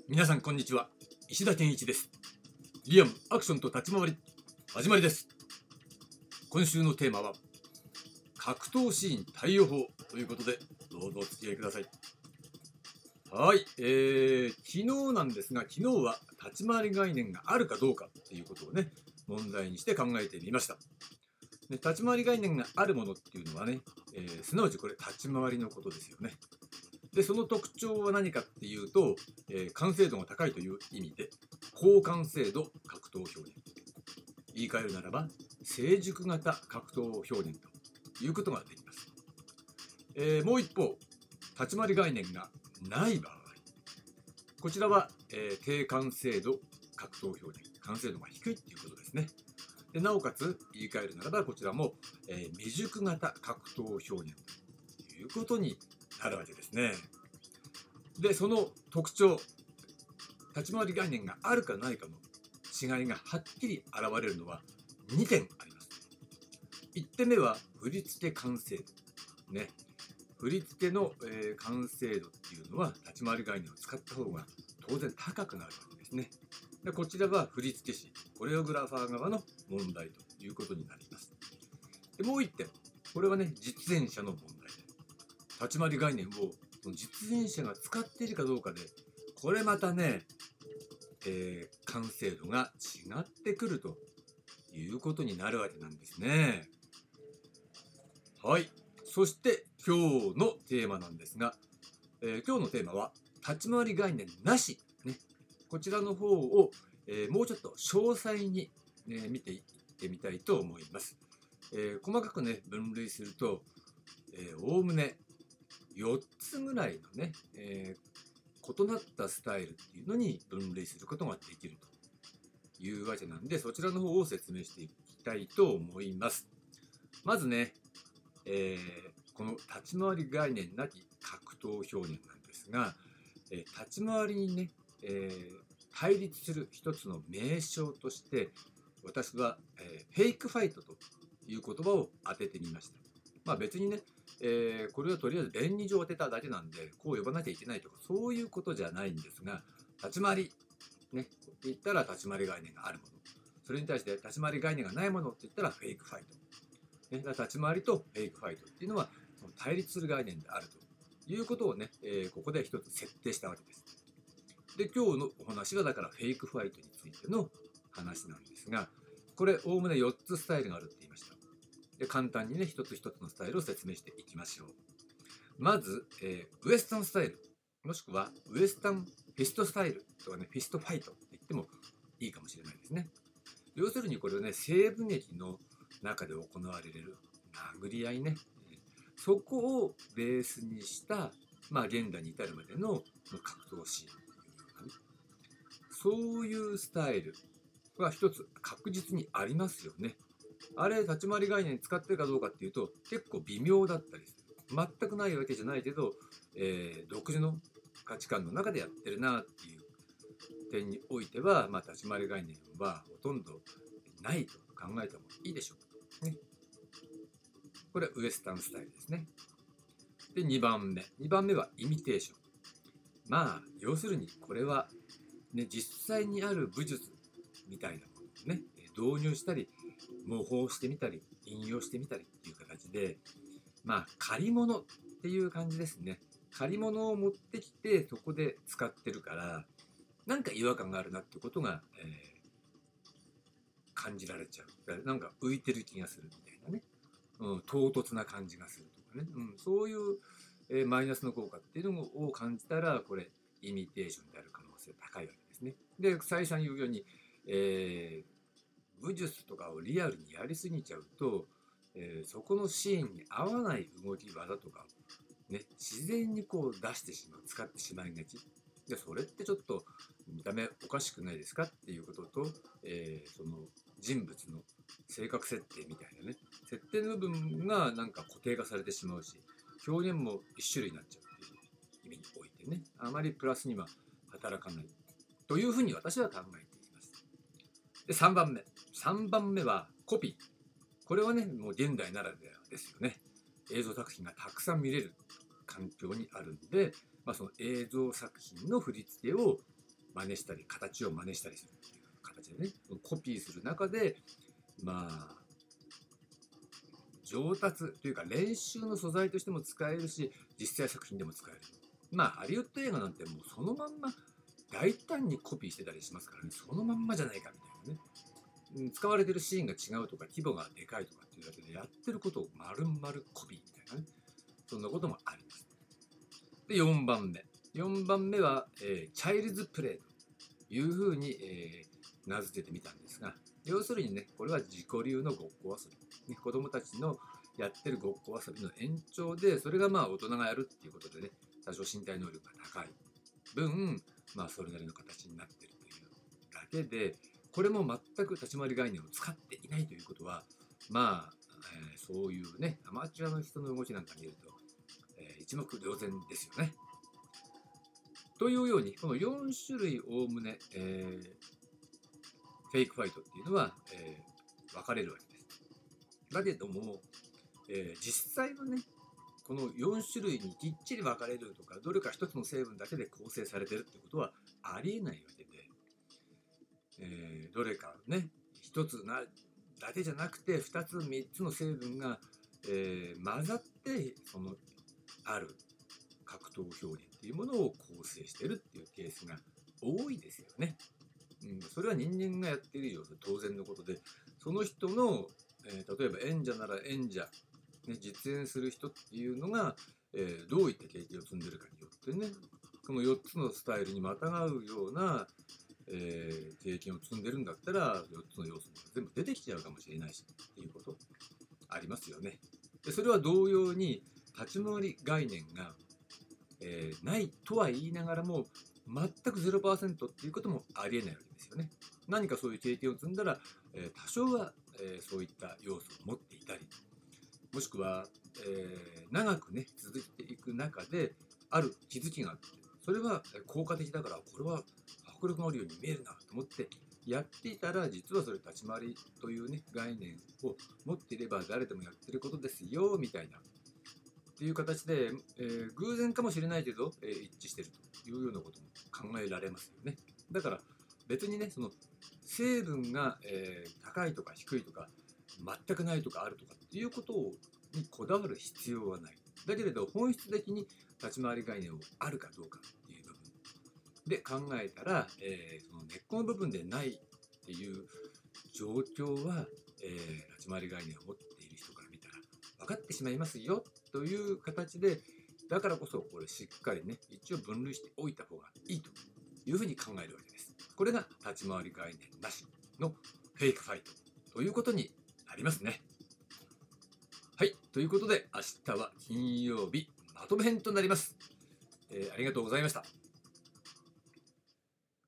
皆さんこんにちは。石田健一です。リアムアクションと立ち回り始まりです。今週のテーマは格闘シーン対応法ということで、どうぞお付き合いください。はい、昨日なんですが、昨日は立ち回り概念があるかどうかっていうことをね、問題にして考えてみました。で、立ち回り概念があるものっていうのはね、すなわちこれ立ち回りのことですよね。で、その特徴は何かっていうと、完成度が高いという意味で、高完成度格闘表現。言い換えるならば、成熟型格闘表現ということができます。もう一方、立ち回り概念がない場合、こちらは、低完成度格闘表現。完成度が低いっていうことですね。でなおかつ、言い換えるならば、こちらも、未熟型格闘表現ということになるわけですね。で、その特徴、立ち回り概念があるかないかの違いがはっきり現れるのは2点あります。1点目は振付完成度。ね。振付の、完成度っていうのは立ち回り概念を使った方が当然高くなるわけですね。でこちらは振付師、コレオグラファー側の問題ということになります。でもう1点、これはね、実演者の問題で、立ち回り概念を実演者が使っているかどうかで、これまたね、完成度が違ってくるということになるわけなんですね。はい。そして今日のテーマなんですが、今日のテーマは立ち回り概念なし、ね、こちらの方を、もうちょっと詳細に、見ていってみたいと思います。細かくね分類すると、おおむね4つぐらいのね、異なったスタイルっていうのに分類することができるというわけなんで、そちらの方を説明していきたいと思います。まずね、この立ち回り概念なき格闘表現なんですが、立ち回りにね、対立する一つの名称として私は、フェイクファイトという言葉を当ててみました。まあ別にね、これをとりあえず便宜上当てただけなんで、こう呼ばなきゃいけないとかそういうことじゃないんですが、立ち回りねって言ったら立ち回り概念があるもの、それに対して立ち回り概念がないものって言ったらフェイクファイト、ね、立ち回りとフェイクファイトっていうのはその対立する概念であるということをね、ここで一つ設定したわけです。で、今日のお話はだからフェイクファイトについての話なんですが、これおおむね4つスタイルがあるって言いました。で、簡単にね一つ一つのスタイルを説明していきましょう。まず、ウエスタンスタイル、もしくはウエスタンフィストスタイルとかね、フィストファイトって言ってもいいかもしれないですね。要するにこれはね、西部劇の中で行われる殴り合いね、そこをベースにした、まあ現代に至るまでの格闘シーンというかね、そういうスタイルは一つ確実にありますよね。あれ、立ち回り概念使ってるかどうかっていうと、結構微妙だったりする。全くないわけじゃないけど、独自の価値観の中でやってるなっていう点においては、まあ、立ち回り概念はほとんどないと考えてもいいでしょう。ね、これはウエスタンスタイルですね。で、2番目。2番目はイミテーション。まあ、要するにこれは、ね、実際にある武術みたいなものをね、導入したり、模倣してみたり、引用してみたりっていう形で、まあ、借り物っていう感じですね。借り物を持ってきて、そこで使ってるから、なんか違和感があるなってことが、感じられちゃう。なんか浮いてる気がするみたいなね。唐突な感じがするとかね。そういう、マイナスの効果っていうのを感じたら、これ、イミテーションである可能性が高いわけですね。で、再三言うように、武術とかをリアルにやりすぎちゃうと、そこのシーンに合わない動き技とかを、ね、自然にこう出してしまう、使ってしまいがち。で、それってちょっと見た目おかしくないですかっていうことと、その人物の性格設定みたいなね、設定の部分がなんか固定化されてしまうし、表現も一種類になっちゃうっていう意味においてね、あまりプラスには働かないというふうに私は考えています。で、3番目。3番目はコピー。これはね、もう現代ならではですよね。映像作品がたくさん見れる環境にあるんで、まあ、その映像作品の振り付けを真似したり形を真似したりするっていう形でね、コピーする中でまあ上達というか練習の素材としても使えるし、実際作品でも使える。まあハリウッド映画なんてもうそのまんま大胆にコピーしてたりしますからね、そのまんまじゃないかみたいなね。使われてるシーンが違うとか規模がでかいとかっていうだけでやってることを丸々コピーみたいなね、そんなこともあります。で4番目は、チャイルズプレイというふうに、名付けてみたんですが、要するにね、これは自己流のごっこ遊び、ね、子供たちのやってるごっこ遊びの延長で、それがまあ大人がやるっていうことでね、多少身体能力が高い分、まあそれなりの形になってるというだけで、これも全く立ち回り概念を使っていないということは、まあ、そういうね、アマチュアの人の動きなんか見ると、一目瞭然ですよね。というように、この4種類おおむね、フェイクファイトっていうのは、分かれるわけです。だけども、実際はね、この4種類にきっちり分かれるとか、どれか一つの成分だけで構成されてるってことはありえないわけで、どれかね、一つだけじゃなくて、2つ、3つの成分が、混ざって、そのある格闘表現っていうものを構成してるっていうケースが多いですよね。それは人間がやっている以上当然のことで、その人の、例えば演者なら演者、ね、実演する人っていうのが、どういった経験を積んでるかによってね、この4つのスタイルにまたがうような、経験を積んでるんだったら、4つの要素も全部出てきちゃうかもしれないしっていうことありますよね。でそれは同様に立ち回り概念が、ないとは言いながらも全く 0% っていうこともありえないわけですよね。何かそういう経験を積んだら、多少は、そういった要素を持っていたり、もしくは、長くね続いていく中である気づきがあって、それは効果的だから、これは迫力があるように見えるなと思ってやっていたら、実はそれ立ち回りというね概念を持っていれば誰でもやってることですよみたいなっていう形で、偶然かもしれないけど、一致しているというようなことも考えられますよね。だから別にね、その成分が、高いとか低いとか全くないとかあるとかっていうことにこだわる必要はない。だけれど本質的に立ち回り概念をあるかどうかっていう部分で考えたら、その根っこの部分でないっていう状況は、立ち回り概念を持っている人から見たら分かってしまいますよという形で、だからこそこれしっかりね一応分類しておいた方がいいというふうに考えるわけです。これが立ち回り概念なしのフェイクファイトということになりますね。はい、ということで明日は金曜日まとめ編となります。ありがとうございました。